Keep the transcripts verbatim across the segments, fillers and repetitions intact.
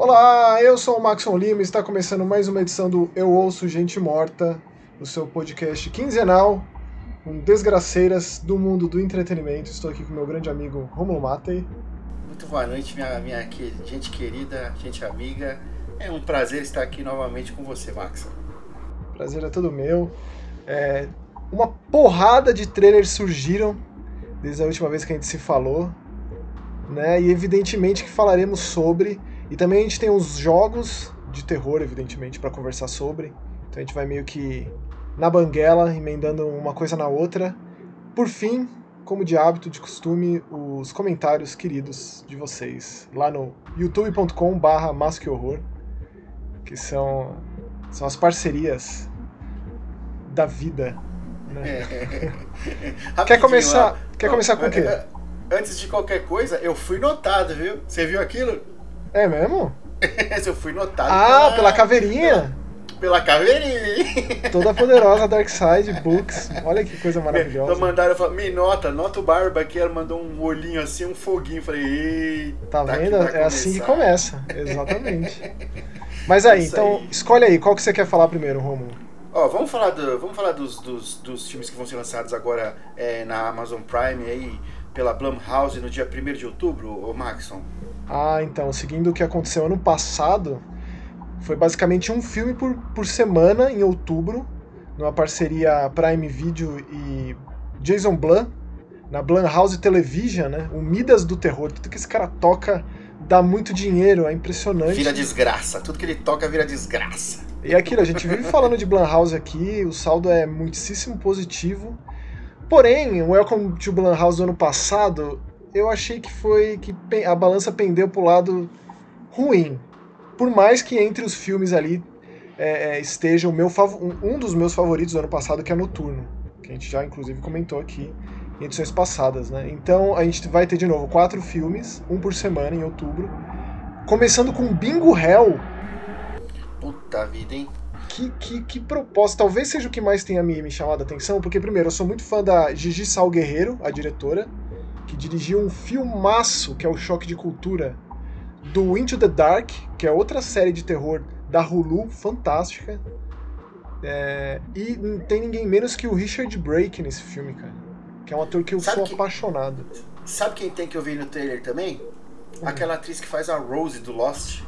Olá, eu sou o Maxon Lima e está começando mais uma edição do Eu Ouço Gente Morta, o seu podcast quinzenal com desgraceiras do mundo do entretenimento. Estou aqui com meu grande amigo Rômulo Matei. Muito boa noite, minha, minha que, gente querida, gente amiga. É um prazer estar aqui novamente com você, Maxon. Prazer é todo meu. É, uma porrada de trailers surgiram desde a última vez que a gente se falou, né? E evidentemente que falaremos sobre. E também a gente tem uns jogos de terror, evidentemente, para conversar sobre. Então a gente vai meio que na banguela, emendando uma coisa na outra. Por fim, como de hábito, de costume, os comentários queridos de vocês lá no youtube ponto com barra masquehorror, que são, são as parcerias da vida. Né? É. Quer começar, ó, quer ó, começar com o quê? Antes de qualquer coisa, eu fui notado, viu? Você viu aquilo? É mesmo? Eu fui notado. Ah, pela, pela caveirinha? Pela, pela caveirinha. Toda poderosa Darkside Books. Olha que coisa maravilhosa. Me, mandaram, eu falei, me nota, nota o Barba aqui. Ela mandou um olhinho assim, um foguinho. Falei, eita. Tá vendo? É assim que começa. Exatamente. Mas aí, Isso então, aí. escolhe aí. Qual que você quer falar primeiro, Rômulo? Ó, vamos falar, do, vamos falar dos, dos, dos filmes que vão ser lançados agora é, na Amazon Prime aí, pela Blumhouse no dia primeiro de outubro, ô Maxon? Ah, então, seguindo o que aconteceu ano passado, foi basicamente um filme por, por semana em outubro, numa parceria Prime Video e Jason Blum, na Blumhouse Television, né? O Midas do terror. Tudo que esse cara toca dá muito dinheiro, é impressionante. Vira desgraça, tudo que ele toca vira desgraça. E aquilo, a gente vive falando de Blumhouse aqui, o saldo é muitíssimo positivo. Porém, o Welcome to Blumhouse do ano passado, eu achei que foi que a balança pendeu pro lado ruim. Por mais que entre os filmes ali é, esteja o meu, um dos meus favoritos do ano passado, que é Noturno, que a gente já inclusive comentou aqui em edições passadas, né? Então a gente vai ter de novo quatro filmes, um por semana em outubro, começando com Bingo Hell. Puta vida, hein? Que, que, que proposta, talvez seja o que mais tenha me, me chamado a atenção, porque primeiro, eu sou muito fã da Gigi Salgueiro, a diretora, que dirigiu um filmaço, que é o Choque de Cultura, do Into the Dark, que é outra série de terror da Hulu, fantástica. É, e não tem ninguém menos que o Richard Brake nesse filme, cara. Que é um ator que eu sabe sou que, apaixonado. Sabe quem tem que eu vi no trailer também? Hum. Aquela atriz que faz a Rose do Lost.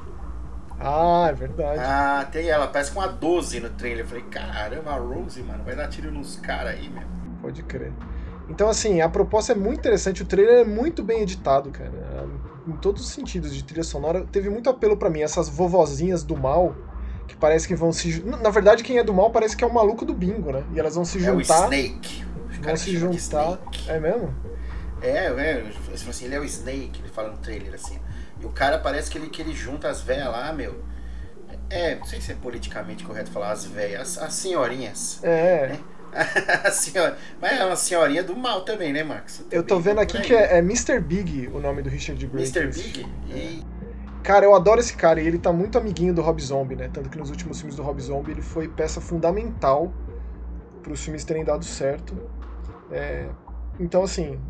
Ah, é verdade. Ah, tem ela, parece com a doze no trailer. Eu falei, caramba, a Rose, mano, vai dar tiro nos caras aí, meu. Pode crer. Então, assim, a proposta é muito interessante, o trailer é muito bem editado, cara. Em todos os sentidos de trilha sonora. Teve muito apelo pra mim, essas vovozinhas do mal, que parece que vão se... Na verdade, quem é do mal parece que é o maluco do bingo, né? E elas vão se juntar... É o Snake. Vão se juntar... É mesmo? É, é. Assim, ele é o Snake, ele fala no trailer, assim. E o cara parece que ele, que ele junta as véias lá, meu... É, não sei se é politicamente correto falar as véias, as, as senhorinhas. É. Né? A senhora, mas é uma senhorinha do mal também, né, Max? Eu tô vendo aqui que é, é mister Big o nome do Richard Brake. mister Big? E... Cara, eu adoro esse cara e ele tá muito amiguinho do Rob Zombie, né? Tanto que nos últimos filmes do Rob Zombie ele foi peça fundamental pros filmes terem dado certo. É... Então, assim,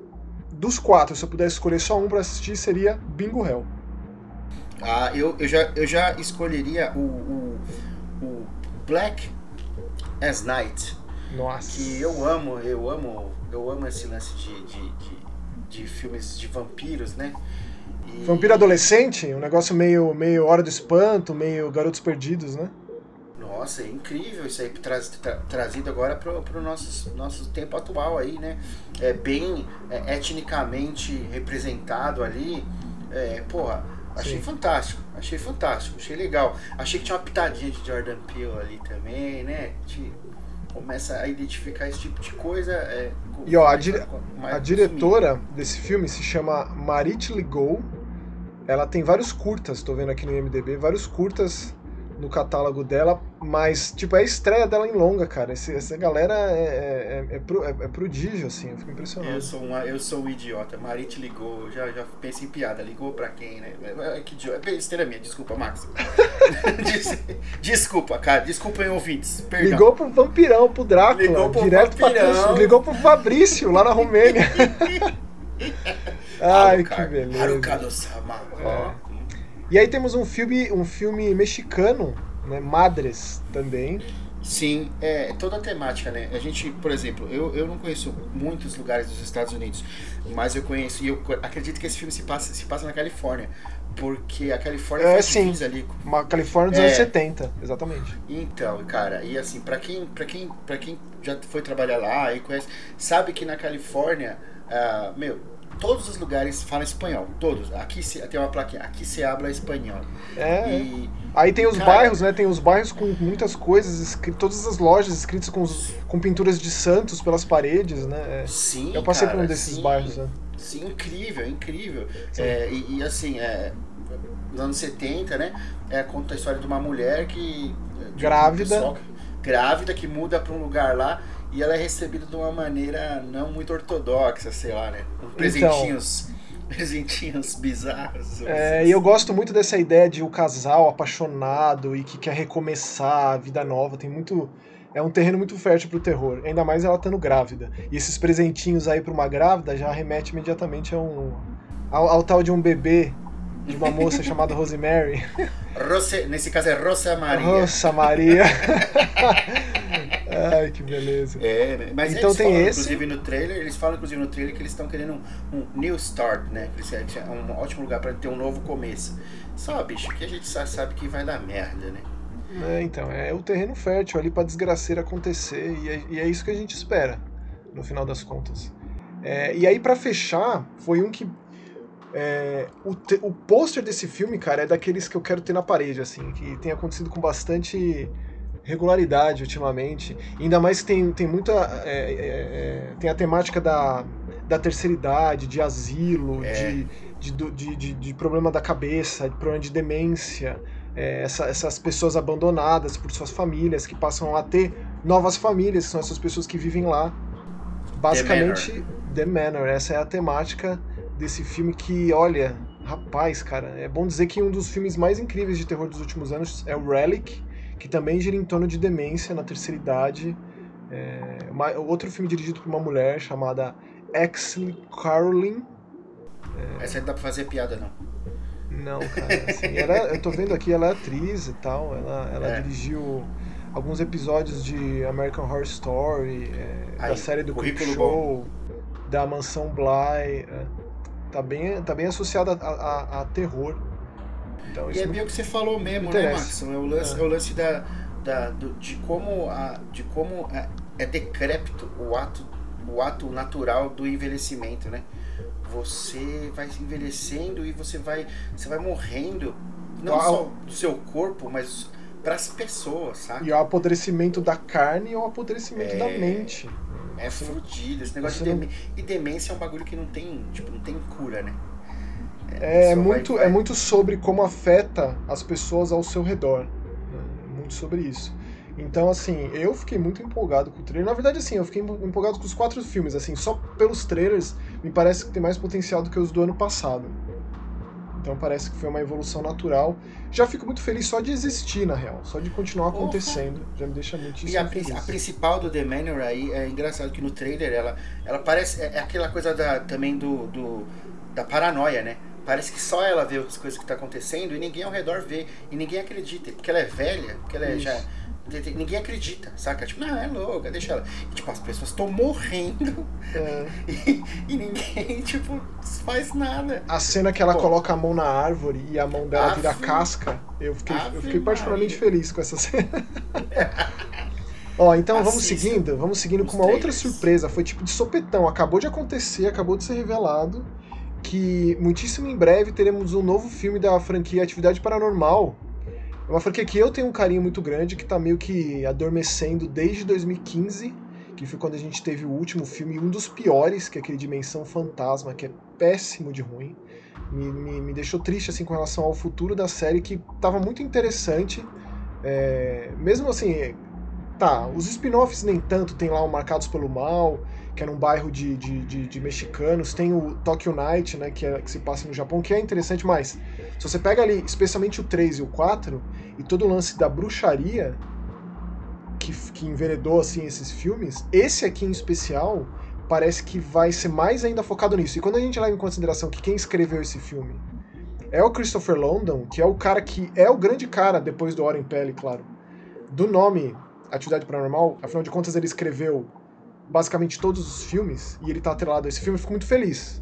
dos quatro, se eu pudesse escolher só um pra assistir, seria Bingo Hell. Ah, eu, eu, já, eu já escolheria o, o, o Black as Night. Nossa. Que eu amo, eu amo, eu amo esse lance de, de, de, de filmes de vampiros, né? E... Vampiro adolescente? Um negócio meio, meio Hora do Espanto, meio Garotos Perdidos, né? Nossa, é incrível isso aí, tra, tra, trazido agora pro, pro nosso, nosso tempo atual aí, né? É bem é, etnicamente representado ali. É, porra, achei Sim. fantástico, achei fantástico, achei legal. Achei que tinha uma pitadinha de Jordan Peele ali também, né? De, começa a identificar esse tipo de coisa. É, e ó, a, dire... a diretora desse filme se chama Marit Legault. Ela tem vários curtas, tô vendo aqui no I M D B, vários curtas no catálogo dela, mas, tipo, é a estreia dela em longa, cara. Esse, essa galera é, é, é, pro, é, é prodígio, assim, eu fico impressionado. Eu sou, uma, eu sou um idiota. Marit ligou, já, já pensei em piada. Ligou pra quem, né? É, que idiota. É besteira minha, desculpa, Max. Des, desculpa, cara. Desculpem, ouvintes. Perdão. Ligou pro Vampirão, pro Drácula. Ligou pro direto Vampirão. Pra, ligou pro Fabrício, lá na Romênia. Ai, que beleza. Harukado-sama. É. E aí temos um filme, um filme mexicano, né, Madres, também. Sim, é toda a temática, né? A gente, por exemplo, eu, eu não conheço muitos lugares dos Estados Unidos, mas eu conheço, e eu acredito que esse filme se passa, se passa na Califórnia, porque a Califórnia É, faz sim, divisa ali. uma Califórnia dos É, anos setenta, exatamente. então, cara, e assim, pra quem, pra quem, pra quem já foi trabalhar lá e conhece, sabe que na Califórnia, ah, meu, todos os lugares falam espanhol, todos. Aqui se, tem uma plaquinha, aqui se habla espanhol. É, é. E, Aí tem e os cara, bairros, né? Tem os bairros com muitas coisas, escri- todas as lojas escritas com, os- com pinturas de santos pelas paredes, né? É. Eu sim, passei por um cara, desses sim, bairros, né? sim, incrível, incrível. Sim. É, e, e, assim, é, nos anos setenta, né? É, conta a história de uma mulher que. De, um- de um Grávida. pessoal que- grávida que muda pra um lugar lá e ela é recebida de uma maneira não muito ortodoxa, sei lá, né? Com Então, presentinhos. Presentinhos bizarros, vamos dizer é, e eu assim. gosto muito dessa ideia de o casal apaixonado e que quer recomeçar a vida nova. Tem muito. É um terreno muito fértil pro terror. Ainda mais ela estando grávida. E esses presentinhos aí pra uma grávida já remete imediatamente a um, ao, ao tal de um bebê de uma moça chamada Rosemary. Rose, nesse caso é Rosa Maria. Nossa, Maria. Ai, que beleza. É, né? Mas Então eles tem falam, esse. inclusive, no trailer, eles falam, inclusive, no trailer que eles estão querendo um, um new start, né? Que eles- é um ótimo lugar para ter um novo começo. Só, bicho, que a gente só sabe que vai dar merda, né? É, então, é o terreno fértil ali pra desgraceira acontecer. E é, e é isso que a gente espera, no final das contas. É, e aí, pra fechar, foi um que. É, o, te- o pôster desse filme, cara, é daqueles que eu quero ter na parede, assim, que tem acontecido com bastante regularidade ultimamente. Ainda mais que tem, tem muita. é, é, é, tem a temática da, da terceira idade, de asilo, É, de, de, do- de, de, de problema da cabeça, de problema de demência. É, essa- essas pessoas abandonadas por suas famílias, que passam a ter novas famílias, que são essas pessoas que vivem lá. The Manor. Basicamente, The Manor, essa é a temática desse filme que, olha, rapaz, cara, é bom dizer que um dos filmes mais incríveis de terror dos últimos anos é o Relic, que também gira em torno de demência na terceira idade. É, uma- outro filme dirigido por uma mulher chamada Exley Carlin. Essa aí não dá pra fazer piada, não. Não, cara, assim, ela, eu tô vendo aqui, ela é atriz e tal, ela, ela É. dirigiu alguns episódios de American Horror Story, é, da Aí, série do Creep currículo bom. Show, da Mansão Bly, é, tá bem, tá bem associada a, a- a terror. Então E isso é me, bem o que você falou me mesmo, né, interessa. Maxon? É o lance, é. o lance da, da, do- de como, a, de como é, é decrépito o ato, o ato natural do envelhecimento, né? Você vai envelhecendo e você vai, você vai morrendo, não Uau. só do seu corpo, mas pras pessoas, E sabe? o apodrecimento da carne e o apodrecimento da mente. É Você não- fudido. Esse negócio você de não- demência. E demência é um bagulho que não tem, tipo, não tem cura, né? a É pessoa vai- muito, vai- é muito sobre como afeta as pessoas ao seu redor. Né? Muito sobre isso. Então, assim, eu fiquei muito empolgado com o trailer. Na verdade, assim, eu fiquei empolgado com os quatro filmes. Assim, só pelos trailers, me parece que tem mais potencial do que os do ano passado. Então parece que foi uma evolução natural. Já fico muito feliz só de existir, na real. Só de continuar Porra. acontecendo. Já me deixa E muitíssimo a, prin- feliz. a principal do The Manor aí é engraçado que no trailer ela, ela parece. É, é aquela coisa da, também do, do. Da paranoia, né? Parece que só ela vê as coisas que tá acontecendo e ninguém ao redor vê. E ninguém acredita. Porque ela é velha, porque ela é Isso. já. Ninguém acredita, saca? Tipo, não, é louca, deixa ela. E, tipo, as pessoas estão morrendo É, e, e ninguém, tipo, faz nada. a cena que ela Pô. coloca a mão na árvore e a mão dela vira Ave- casca, eu fiquei, eu Ave fiquei particularmente Maria. feliz com essa cena. Ó, então vamos Assista seguindo, vamos seguindo os com uma outra trailers. surpresa. Foi tipo de sopetão, acabou de acontecer, acabou de ser revelado que muitíssimo em breve teremos um novo filme da franquia Atividade Paranormal. É uma franquia que eu tenho um carinho muito grande, que tá meio que adormecendo desde dois mil e quinze, que foi quando a gente teve o último filme, um dos piores, que é aquele Dimensão Fantasma, que é péssimo de ruim. Me, me, me deixou triste assim com relação ao futuro da série, que tava muito interessante. É, mesmo assim, tá, os spin-offs nem tanto, tem lá o Marcados pelo Mal, que é num bairro de, de, de, de mexicanos, tem o Tokyo Night, né, que, é, que se passa no Japão, que é interessante, mas se você pega ali, especialmente o três e o quatro, e todo o lance da bruxaria que, que enveredou assim, esses filmes, esse aqui em especial parece que vai ser mais ainda focado nisso. E quando a gente leva em consideração que quem escreveu esse filme é o Christopher London, que é o cara que é o grande cara, depois do Hora em Pele, claro, do nome Atividade Paranormal. Afinal de contas, ele escreveu basicamente todos os filmes, e ele tá atrelado a esse filme, eu fico muito feliz.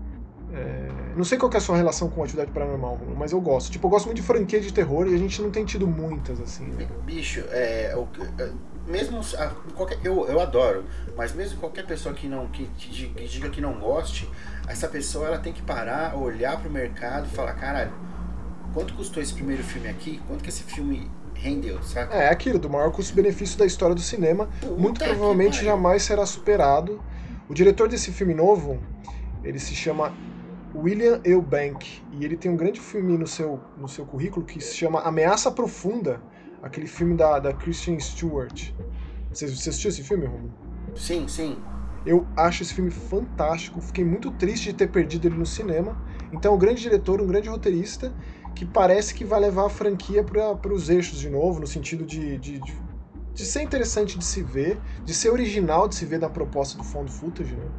É, não sei qual que é a sua relação com Atividade Paranormal, mas eu gosto. Tipo, eu gosto muito de franquia de terror e a gente não tem tido muitas, assim. Né? Bicho, é, o, é, mesmo a, qualquer, eu, eu adoro, mas mesmo qualquer pessoa que não que, que, que diga que não goste, essa pessoa ela tem que parar, olhar pro mercado e falar, caralho, quanto custou esse primeiro filme aqui? Quanto que esse filme rendeu, saca? É aquilo, do maior custo-benefício da história do cinema, Puta muito provavelmente jamais será superado. O diretor desse filme novo, ele se chama William Eubank, e ele tem um grande filme no seu, no seu currículo que se chama Ameaça Profunda, aquele filme da, da Kristen Stewart. Você, você assistiu esse filme, Romulo? Sim, sim. Eu acho esse filme fantástico, fiquei muito triste de ter perdido ele no cinema. Então, um grande diretor, um grande roteirista, que parece que vai levar a franquia para os eixos de novo, no sentido de, de, de, de ser interessante de se ver, de ser original de se ver na proposta do found footage, né?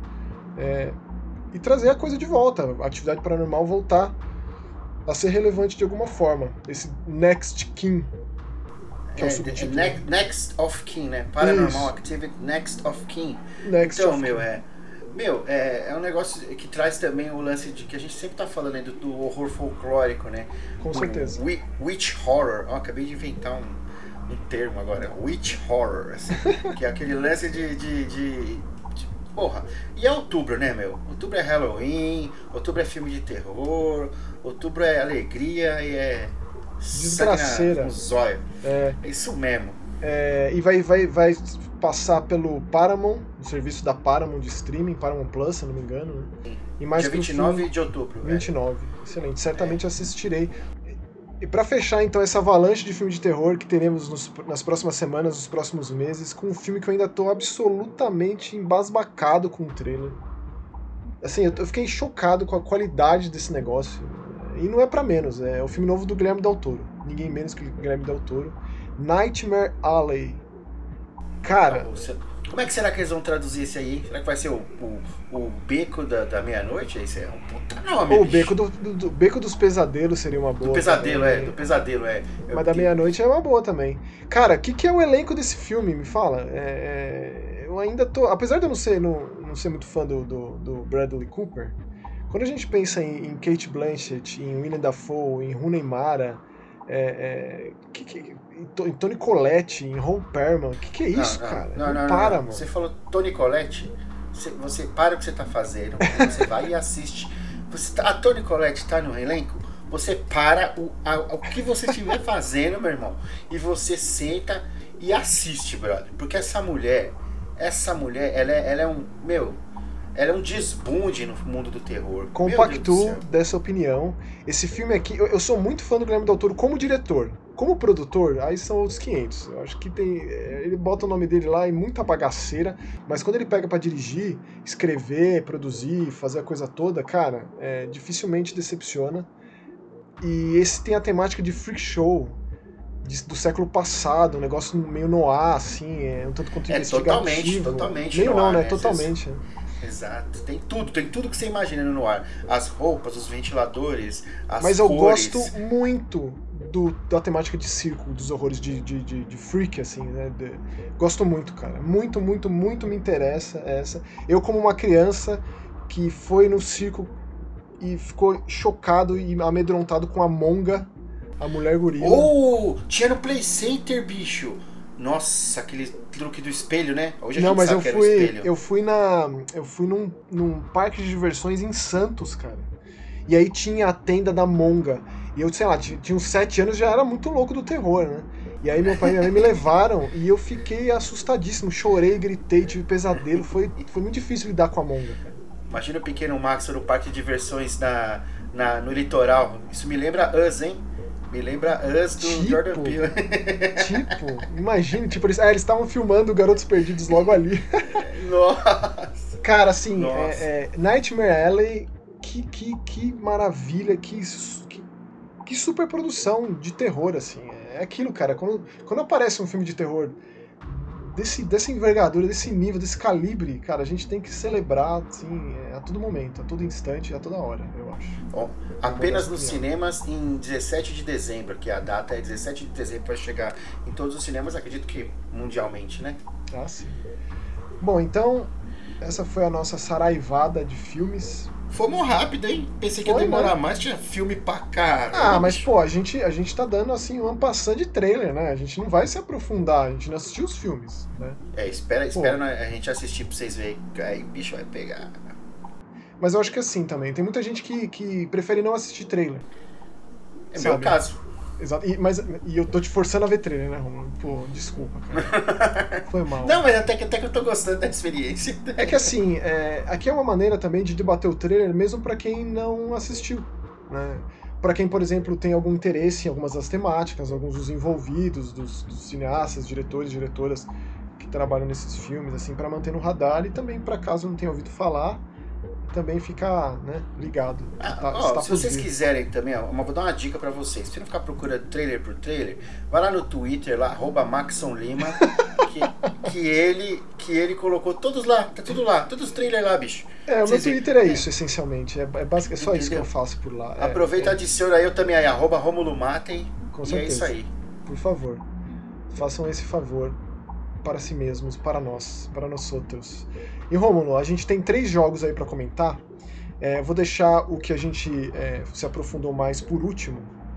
É, e trazer a coisa de volta, a Atividade Paranormal voltar a ser relevante de alguma forma. Esse Next King, que é, é o subtítulo. Ne Next of Kin, né? Paranormal Activity Next of Kin. Next então, of meu, Kin. é... Meu, é, é um negócio que traz também o lance de que a gente sempre tá falando aí do, do horror folclórico, né? Com do certeza. Witch Horror. Ó, acabei de inventar um, um termo agora. Witch Horror, assim, que é aquele lance de, de, de, de... Porra, e é outubro, né, meu? Outubro é Halloween, outubro é filme de terror, outubro é alegria e é... Desgraceira. Zóio. É. é isso mesmo. É, e vai, vai, vai passar pelo Paramount, o serviço da Paramount de streaming, Paramount Plus, se não me engano. Né? E mais Dia vinte e nove fim, de outubro. vinte e nove, é. Excelente. Certamente é. assistirei. E pra fechar, então, essa avalanche de filme de terror que teremos nos, nas próximas semanas, nos próximos meses, com um filme que eu ainda tô absolutamente embasbacado com o trailer. Assim, eu, eu fiquei chocado com a qualidade desse negócio. E não é pra menos, é o filme novo do Guilherme Del Toro. Ninguém menos que o Guilherme Del Toro. Nightmare Alley. Cara... Como é que será que eles vão traduzir isso aí? Será que vai ser o, o, o Beco da, da Meia-Noite? Esse é um puta nome. Ou o Beco, do, do, do Beco dos Pesadelos seria uma boa. Do Pesadelo, também. é. Do Pesadelo, é. Mas eu da Meia-Noite é uma boa também. Cara, o que, que é o elenco desse filme? Me fala. É, eu ainda tô... Apesar de eu não ser, não, não ser muito fã do, do, do Bradley Cooper, quando a gente pensa em, em Cate Blanchett, em Willem Dafoe, em Rooney Mara... É, é, que, que, em Toni Collette, em Ron Perlman, o que, que é isso, não, cara? Não, não, não, para, não. mano. Você falou Toni Collette, você, você para o que você tá fazendo, você vai e assiste. Você tá, a Toni Collette tá no elenco, você para o, a, o que você estiver fazendo, meu irmão, e você senta e assiste, brother. Porque essa mulher, essa mulher, ela é, ela é um, meu... Ela é um desbunde no mundo do terror. Compactuo dessa opinião. Esse filme aqui, eu, eu sou muito fã do Guilherme Del Toro como diretor. Como produtor, aí são outros quinhentos. Eu acho que tem... Ele bota o nome dele lá em muita bagaceira, mas quando ele pega pra dirigir, escrever, produzir, fazer a coisa toda, cara, é, dificilmente decepciona. E esse tem a temática de freak show, de, do século passado, um negócio meio noir, assim, é um tanto quanto é, investigativo. Totalmente, totalmente meio noir, não, né? né? Totalmente. Né? Exato, tem tudo, tem tudo que você imagina no ar. As roupas, os ventiladores, as Mas eu cores. gosto muito do, da temática de circo, dos horrores de, de, de, de freak, assim, né? De, gosto muito, cara. Muito, muito, muito me interessa essa. Eu, como uma criança que foi no circo e ficou chocado e amedrontado com a Monga, a mulher gorila. Oh, tinha no Play Center, bicho. Nossa, aquele truque do espelho, né? Hoje a Não, gente mas sabe eu que fui, era o espelho. eu fui na, eu fui num, num parque de diversões em Santos, cara. E aí tinha a tenda da Monga. E eu, sei lá, tinha, tinha uns sete anos, já era muito louco do terror, né? E aí meu pai e minha mãe me levaram e eu fiquei assustadíssimo, chorei, gritei, tive pesadelo, foi, foi muito difícil lidar com a Monga, cara. Imagina o pequeno Max no parque de diversões na, na, no litoral. Isso me lembra Us, hein? Me lembra Us do tipo, Jordan Peele. Tipo, imagine, tipo, eles ah, estavam filmando Garotos Perdidos logo ali. Nossa! Cara, assim, Nossa. É, é, Nightmare Alley, que, que, que maravilha, que, que, que super produção de terror, assim. É aquilo, cara, quando, quando aparece um filme de terror desse, dessa envergadura, desse nível, desse calibre, cara, a gente tem que celebrar, assim, a todo momento, a todo instante, a toda hora, eu acho. Bom, apenas nos cinemas em dezessete de dezembro, que a data é dezessete de dezembro, vai chegar em todos os cinemas, acredito que mundialmente, né? Ah, sim. Bom, então, essa foi a nossa saraivada de filmes. Fomos rápido, hein? Pensei que ia Foi, demorar né? mais, tinha filme pra caramba. Ah, mas bicho. pô, a gente, a gente tá dando assim um passando de trailer, né? A gente não vai se aprofundar, a gente não assistiu os filmes, né? É, espera, espera a gente assistir pra vocês verem. Aí o bicho vai pegar. Mas eu acho que é assim também. Tem muita gente que, que prefere não assistir trailer. É sabe? meu caso. Exato. E, mas, e eu tô te forçando a ver trailer, né, Romulo? Pô, desculpa, cara. Foi mal. Não, mas até que, até que eu tô gostando da experiência. É que assim, é, aqui é uma maneira também de debater o trailer, mesmo pra quem não assistiu, né? Pra quem, por exemplo, tem algum interesse em algumas das temáticas, alguns dos envolvidos, dos, dos cineastas, diretores, diretoras que trabalham nesses filmes, assim, pra manter no radar e também pra caso não tenha ouvido falar, também ficar, né, ligado. Ah, Tá- ó, está se por vocês vir. quiserem também, ó, uma- vou dar uma dica pra vocês. Se não ficar procurando trailer por trailer, vai lá no Twitter, lá, arroba Maxon Lima, que, que, ele, que ele colocou todos lá, tá tudo lá, todos os trailers lá, bicho. É, o meu Vocês veem. Twitter é isso, essencialmente. É, é, basic, é só isso que Entendeu? eu faço por lá. É, Aproveita e é, adiciona eu também aí, arroba Romulo Matem, Com e é certeza. isso aí. Por favor, façam esse favor para si mesmos, para nós, para nós outros. E Rômulo, a gente tem três jogos aí para comentar. É, vou deixar o que a gente é, se aprofundou mais por último,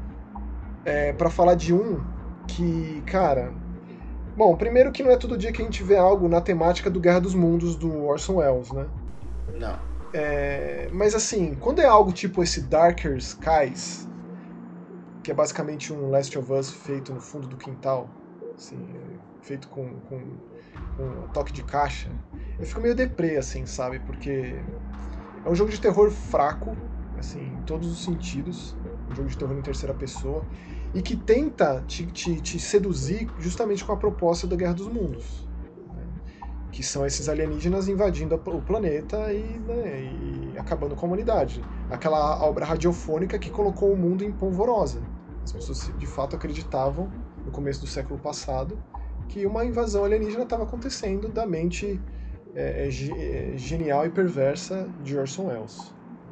é, para falar de um que, cara... Bom, primeiro que não é todo dia que a gente vê algo na temática do Guerra dos Mundos do Orson Welles, né? Não. É, mas assim, quando é algo tipo esse Darker Skies, que é basicamente um Last of Us feito no fundo do quintal, assim, é, feito com, com, com toque de caixa, eu fico meio deprê, assim, sabe? Porque é um jogo de terror fraco, assim, em todos os sentidos, um jogo de terror em terceira pessoa, e que tenta te, te, te seduzir justamente com a proposta da Guerra dos Mundos, né? Que são esses alienígenas invadindo a- o planeta e, né, e acabando com a humanidade. Aquela obra radiofônica que colocou o mundo em polvorosa. As pessoas de fato acreditavam, no começo do século passado, que uma invasão alienígena estava acontecendo da mente é, é, ge- é, genial e perversa de Orson Welles.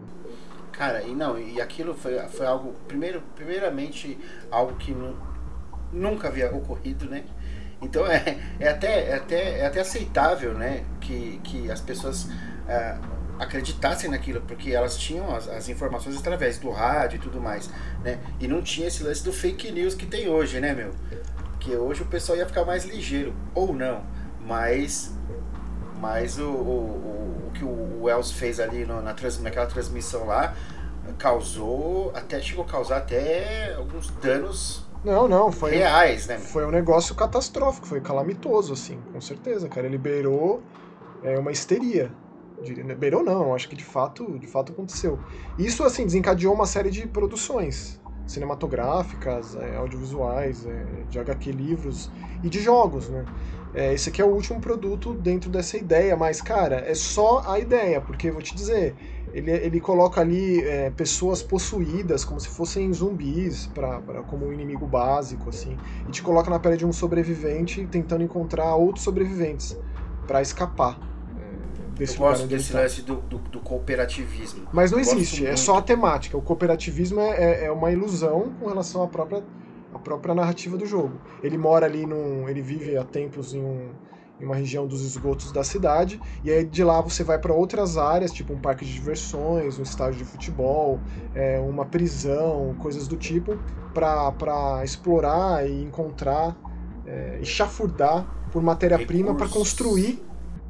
Cara, e não, e aquilo foi, foi algo, primeiro, primeiramente, algo que nu- nunca havia ocorrido, né? Então é, é, até, é, até, é até aceitável, né, que, que as pessoas ah, acreditassem naquilo, porque elas tinham as, as informações através do rádio e tudo mais, né? E não tinha esse lance do fake news que tem hoje, né, meu? Que hoje o pessoal ia ficar mais ligeiro, ou não, mas, mas o, o, o, o que o Wells fez ali no, na trans, naquela transmissão lá causou, até chegou a causar até alguns danos Não, não, foi, reais, né, meu? foi um negócio catastrófico, foi calamitoso, assim, com certeza, cara. Ele beirou é, uma histeria. Diria, né? Beirou não, acho que de fato, de fato aconteceu. Isso, assim, desencadeou uma série de produções cinematográficas, é, audiovisuais, é, de agá quê livros e de jogos, né? É, esse aqui é o último produto dentro dessa ideia, mas, cara, é só a ideia, porque, vou te dizer, ele, ele coloca ali é, pessoas possuídas como se fossem zumbis pra, pra, como um inimigo básico, assim, e te coloca na pele de um sobrevivente tentando encontrar outros sobreviventes pra escapar é, desse Eu lugar gosto onde ele desse tá. lance do, do, do cooperativismo. Mas não Eu gosto existe, é muito. só a temática. O cooperativismo é, é- é uma ilusão com relação à própria, à própria narrativa do jogo. Ele mora ali num. Ele vive há tempos em, um- em uma região dos esgotos da cidade, e aí de lá você vai para outras áreas, tipo um parque de diversões, um estádio de futebol, é, uma prisão, coisas do tipo, para explorar e encontrar é, e chafurdar por matéria-prima para Recursos. construir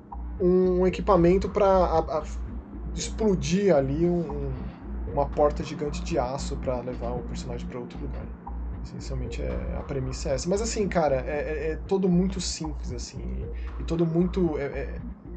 um equipamento para explodir ali um- um- uma porta gigante de aço pra levar o personagem pra outro lugar. Essencialmente é, a premissa é essa. Mas assim, cara, é, é- é todo muito simples, assim. E, e todo muito. é- é-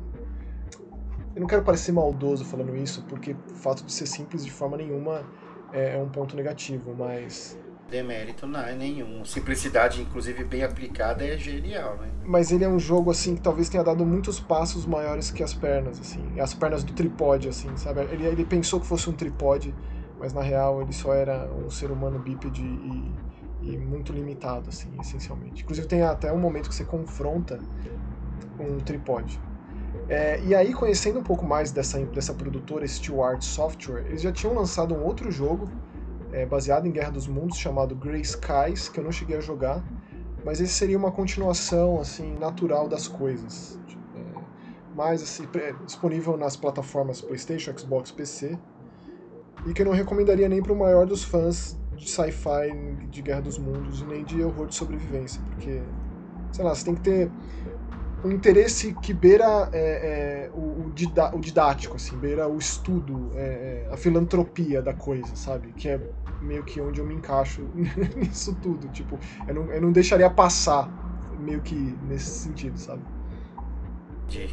Eu não quero parecer maldoso falando isso, porque o fato de ser simples de forma nenhuma é, é um ponto negativo, mas. Demérito não é nenhum. Simplicidade, inclusive bem aplicada, é genial, né? Mas ele é um jogo, assim, que talvez tenha dado muitos passos maiores que as pernas, assim. As pernas do tripode, assim, sabe? Ele, ele pensou que fosse um tripode, mas na real ele só era um ser humano bípede e, e muito limitado, assim, essencialmente. Inclusive tem até um momento que você confronta um tripode. É, e aí, conhecendo um pouco mais dessa, dessa produtora Stewart Software, eles já tinham lançado um outro jogo é, baseado em Guerra dos Mundos, chamado Grey Skies, que eu não cheguei a jogar, mas esse seria uma continuação assim natural das coisas. É, mais assim, disponível nas plataformas PlayStation, Xbox, P C, e que eu não recomendaria nem para o maior dos fãs de sci-fi, de Guerra dos Mundos, e nem de horror de sobrevivência, porque, sei lá, você tem que ter um interesse que beira é, é, o, o, didá, o didático, assim, beira o estudo, é, é, a filantropia da coisa, sabe? Que é meio que onde eu me encaixo nisso tudo. Tipo, eu não, eu não deixaria passar, meio que nesse sentido, sabe? Entendi.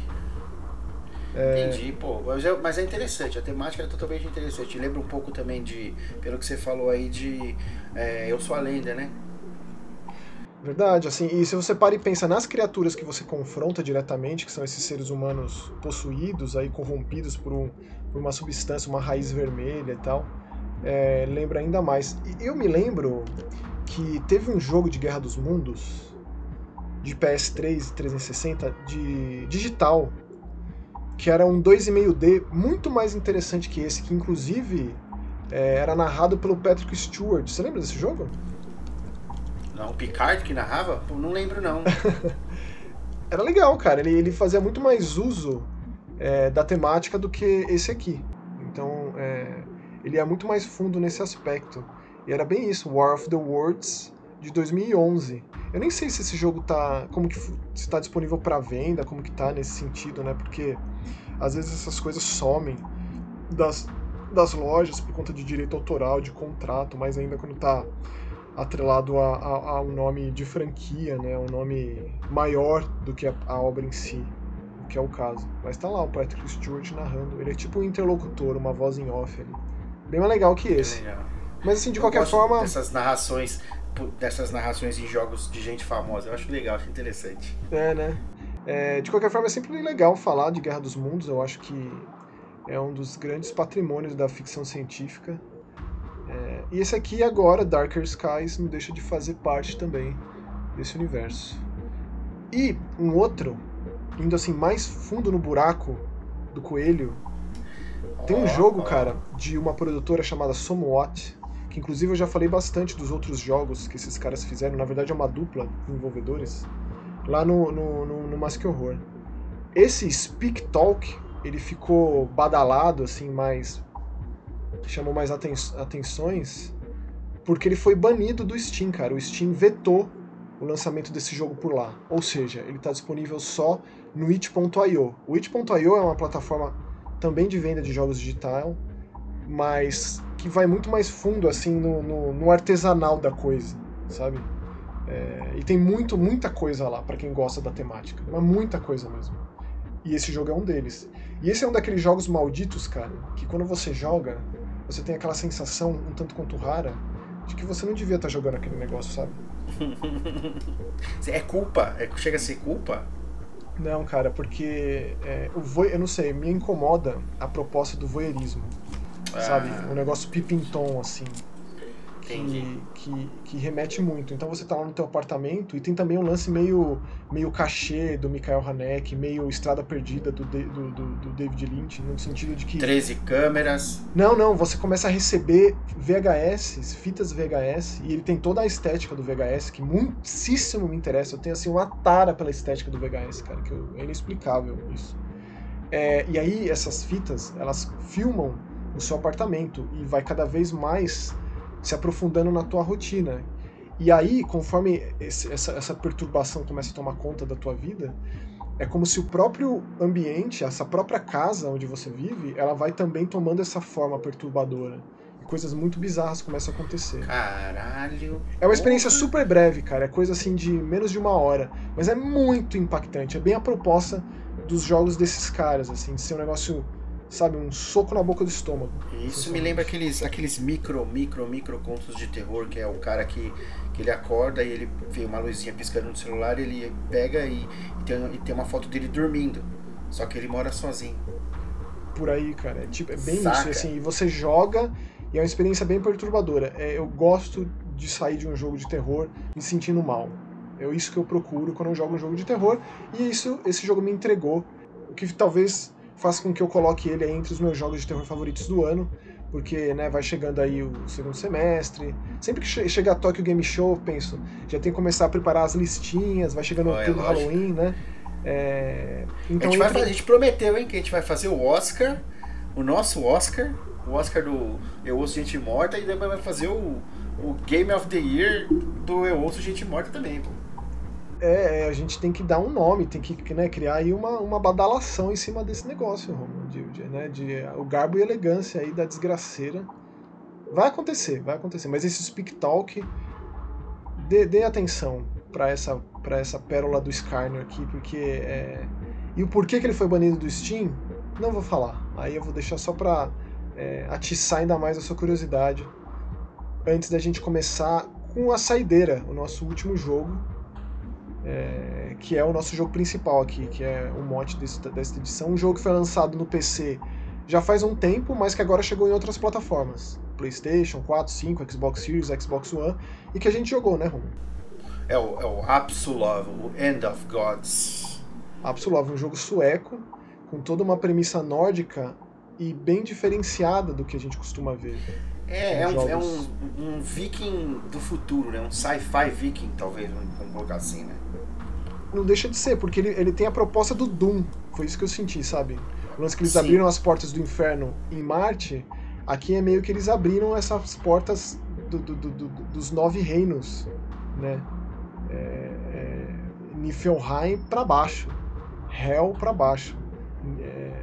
É... Entendi, pô. Mas é, mas é interessante, a temática é totalmente interessante. Lembra um pouco também de, pelo que você falou aí, de é, Eu Sou a Lenda, né? Verdade, assim, e se você para e pensa nas criaturas que você confronta diretamente, que são esses seres humanos possuídos, aí corrompidos por, um, por uma substância, uma raiz vermelha e tal, é, lembra ainda mais. E eu me lembro que teve um jogo de Guerra dos Mundos, de P S três e trezentos e sessenta, de digital, que era um dois vírgula cinco D muito mais interessante que esse, que inclusive é, era narrado pelo Patrick Stewart. Você lembra desse jogo? Não, o Picard que narrava? Pô, não lembro não. Era legal, cara. Ele, ele fazia muito mais uso é, da temática do que esse aqui. Então, é, ele é muito mais fundo nesse aspecto. E era bem isso, War of the Worlds, de dois mil e onze. Eu nem sei se esse jogo tá, como que está disponível para venda, como que tá nesse sentido, né? Porque às vezes essas coisas somem das, das lojas por conta de direito autoral, de contrato, mas ainda quando tá atrelado a, a, a um nome de franquia, né, um nome maior do que a, a obra em si, o que é o caso. Mas tá lá o Patrick Stewart narrando, ele é tipo um interlocutor, uma voz em off ali. Bem mais legal que esse. Legal. Mas assim, de eu qualquer gosto forma... dessas narrações, dessas narrações em jogos de gente famosa, eu acho legal, acho interessante. É, né? É, de qualquer forma, é sempre legal falar de Guerra dos Mundos, eu acho que é um dos grandes patrimônios da ficção científica. É, e esse aqui agora, Darker Skies, não deixa de fazer parte também desse universo. E um outro, indo assim mais fundo no buraco do coelho, tem um jogo, cara, de uma produtora chamada Somewhat, que inclusive eu já falei bastante dos outros jogos que esses caras fizeram, na verdade é uma dupla de desenvolvedores, lá no, no, no, no Mas Que Horror. Esse Speak Talk, ele ficou badalado, assim, mais... chamou mais aten atenções, porque ele foi banido do Steam, cara. O Steam vetou o lançamento desse jogo por lá. Ou seja, ele está disponível só no itch ponto io. O itch ponto io é uma plataforma também de venda de jogos digital, mas que vai muito mais fundo assim no, no, no artesanal da coisa, sabe? É, e tem muito, muita coisa lá para quem gosta da temática, mas muita coisa mesmo. E esse jogo é um deles. E esse é um daqueles jogos malditos, cara, que quando você joga, você tem aquela sensação um tanto quanto rara de que você não devia estar jogando aquele negócio, sabe? É culpa? É, chega a ser culpa? Não, cara, porque é, o vo... eu não sei, me incomoda a proposta do voyeurismo, ah. sabe? Um negócio pipim-tom, assim. Que, que, que remete muito. Então você tá lá no teu apartamento e tem também um lance meio, meio cachê do Michael Haneke, meio Estrada Perdida do, do, do, do David Lynch, no sentido de que... treze câmeras. Não, não, você começa a receber V H S, fitas V H S, e ele tem toda a estética do V H S, que muitíssimo me interessa. Eu tenho assim uma tara pela estética do V H S, cara, que eu, é inexplicável isso. É, e aí essas fitas, elas filmam o seu apartamento e vai cada vez mais se aprofundando na tua rotina. E aí, conforme esse, essa, essa perturbação começa a tomar conta da tua vida, é como se o próprio ambiente, essa própria casa onde você vive, ela vai também tomando essa forma perturbadora. E coisas muito bizarras começam a acontecer. Caralho! É uma experiência porra. super breve, cara. É coisa assim de menos de uma hora. Mas é muito impactante. É bem a proposta dos jogos desses caras, assim, de ser um negócio... sabe, um soco na boca do estômago. Isso me lembra aqueles, aqueles micro, micro, micro contos de terror, que é o cara que, que ele acorda e ele vê uma luzinha piscando no celular, ele pega e, e, tem, e tem uma foto dele dormindo. Só que ele mora sozinho. Por aí, cara. É, tipo, é bem Saca. isso. Assim, e você joga e é uma experiência bem perturbadora. É, eu gosto de sair de um jogo de terror me sentindo mal. É isso que eu procuro quando eu jogo um jogo de terror, e isso esse jogo me entregou, o que talvez faça com que eu coloque ele aí entre os meus jogos de terror favoritos do ano, porque, né, vai chegando aí o segundo semestre. Sempre que che chega a Tokyo Game Show, eu penso, já tem que começar a preparar as listinhas, vai chegando o É outubro, lógico. Halloween, né? É, A então gente, vai entre... fazer, a gente prometeu, hein, que a gente vai fazer o Oscar, o nosso Oscar, o Oscar do Eu Ouço Gente Morta, e depois vai fazer o, o Game of the Year do Eu Ouço Gente Morta também, pô. É, a gente tem que dar um nome, tem que, né, criar aí uma, uma badalação em cima desse negócio, Romulo, de, de, né, de o garbo e elegância aí da desgraceira. Vai acontecer, vai acontecer, mas esse Speak Talk, dê, dê atenção para essa, pra essa pérola do Skarner aqui, porque é... E o porquê que ele foi banido do Steam, não vou falar. Aí eu vou deixar só pra é, atiçar ainda mais a sua curiosidade, antes da gente começar com a Saideira, o nosso último jogo, É, que é o nosso jogo principal aqui, que é o mote desse, dessa edição. Um jogo que foi lançado no P C já faz um tempo, mas que agora chegou em outras plataformas. PlayStation quatro, cinco, Xbox Series, Xbox One, e que a gente jogou, né, Romulo? É o, é o Absolove, o End of Gods. Absolove, um jogo sueco, com toda uma premissa nórdica e bem diferenciada do que a gente costuma ver. É, é, um, jogos... é um, um viking do futuro, né? Um sci-fi viking, talvez, vamos colocar assim, né? Não deixa de ser, porque ele, ele tem a proposta do Doom. Foi isso que eu senti, sabe? O lance que eles Sim. abriram as portas do inferno em Marte, aqui é meio que eles abriram essas portas do, do, do, do, dos nove reinos, né? É, é, Niflheim pra baixo, Hell pra baixo. É,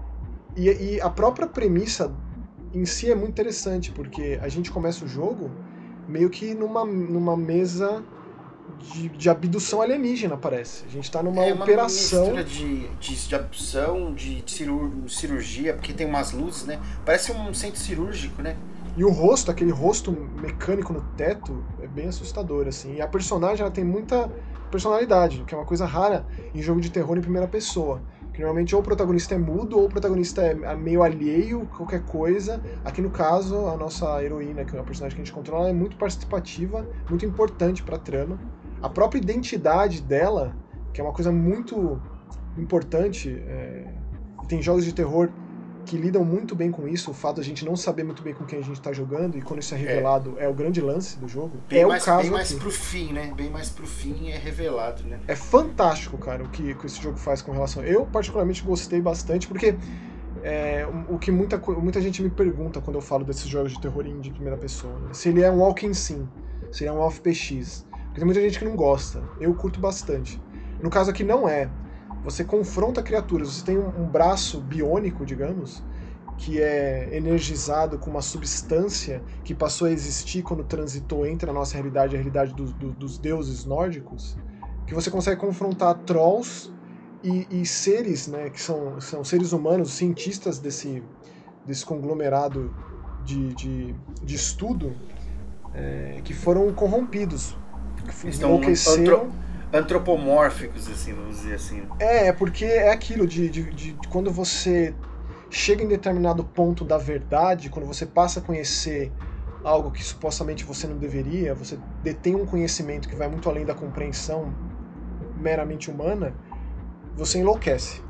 e, e a própria premissa em si é muito interessante, porque a gente começa o jogo meio que numa, numa mesa de, de abdução alienígena, parece. A gente tá numa é uma operação... mistura de, de, de abdução, de, de cirur, cirurgia, porque tem umas luzes, né? Parece um centro cirúrgico, né? E o rosto, aquele rosto mecânico no teto, é bem assustador, assim. E a personagem, ela tem muita personalidade, que é uma coisa rara em jogo de terror em primeira pessoa. Que normalmente ou o protagonista é mudo, ou o protagonista é meio alheio, qualquer coisa. Aqui no caso, a nossa heroína, que é uma personagem que a gente controla, ela é muito participativa, muito importante pra trama. A própria identidade dela, que é uma coisa muito importante, é... tem jogos de terror que lidam muito bem com isso, o fato de a gente não saber muito bem com quem a gente está jogando, e quando isso é revelado é, é o grande lance do jogo. Bem é mais, o caso bem mais aqui. pro fim, né? Bem mais pro fim é revelado, né? É fantástico, cara, o que, que esse jogo faz com relação... Eu, particularmente, gostei bastante, porque é, o que muita, muita gente me pergunta quando eu falo desses jogos de terror indie de primeira pessoa, né? Se ele é um walking sim, se ele é um F P X. Porque tem muita gente que não gosta. Eu curto bastante. No caso aqui não é. Você confronta criaturas, você tem um, um braço biônico, digamos, que é energizado com uma substância que passou a existir quando transitou entre a nossa realidade e a realidade do, do, dos deuses nórdicos, que você consegue confrontar trolls e, e seres, né, que são, são seres humanos, cientistas desse, desse conglomerado de, de, de estudo, é, que foram corrompidos, que Estão enlouqueceram... antro, antropomórficos, assim, vamos dizer assim. É, porque é aquilo de, de, de, de quando você chega em determinado ponto da verdade, quando você passa a conhecer algo que supostamente você não deveria, você detém um conhecimento que vai muito além da compreensão meramente humana, você enlouquece.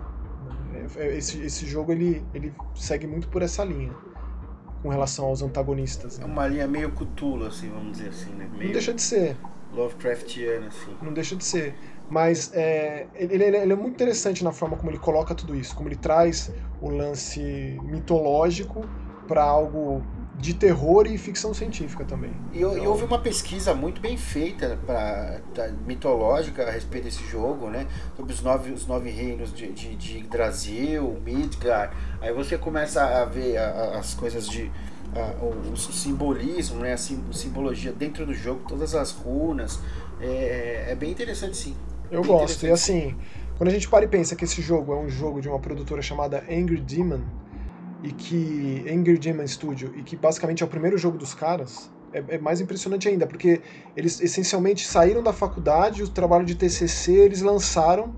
Esse, esse jogo ele, ele segue muito por essa linha, com relação aos antagonistas. Né? É uma linha meio Cthulhu, assim, vamos dizer assim, né? Meio não deixa de ser. Lovecraftiano, assim. Não deixa de ser. Mas é, ele, ele, ele é muito interessante na forma como ele coloca tudo isso, como ele traz o lance mitológico para algo de terror e ficção científica também. E, então... e houve uma pesquisa muito bem feita pra, pra, mitológica a respeito desse jogo, né? Sobre os nove, os nove reinos de, de, de Yggdrasil, Midgard. Aí você começa a ver a, a, as coisas de... A, o, o simbolismo, né? A, sim, a simbologia dentro do jogo, todas as runas. É, é bem interessante, sim. Eu bem gosto. E assim, quando a gente para e pensa que esse jogo é um jogo de uma produtora chamada Angry Demon, e que Angry Demon Studio, e que basicamente é o primeiro jogo dos caras, é, é mais impressionante ainda, porque eles essencialmente saíram da faculdade, o trabalho de T C C eles lançaram,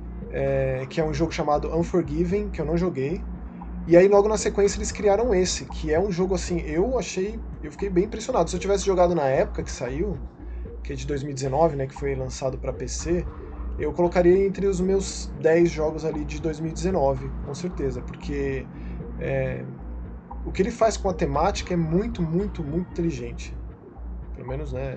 é, que é um jogo chamado Unforgiven, que eu não joguei, e aí logo na sequência eles criaram esse, que é um jogo assim, eu achei, eu fiquei bem impressionado. Se eu tivesse jogado na época que saiu, que é de dois mil e dezenove, né, que foi lançado para P C, eu colocaria entre os meus dez jogos ali de dois mil e dezenove, com certeza, porque é, o que ele faz com a temática é muito, muito, muito inteligente. Pelo menos, né,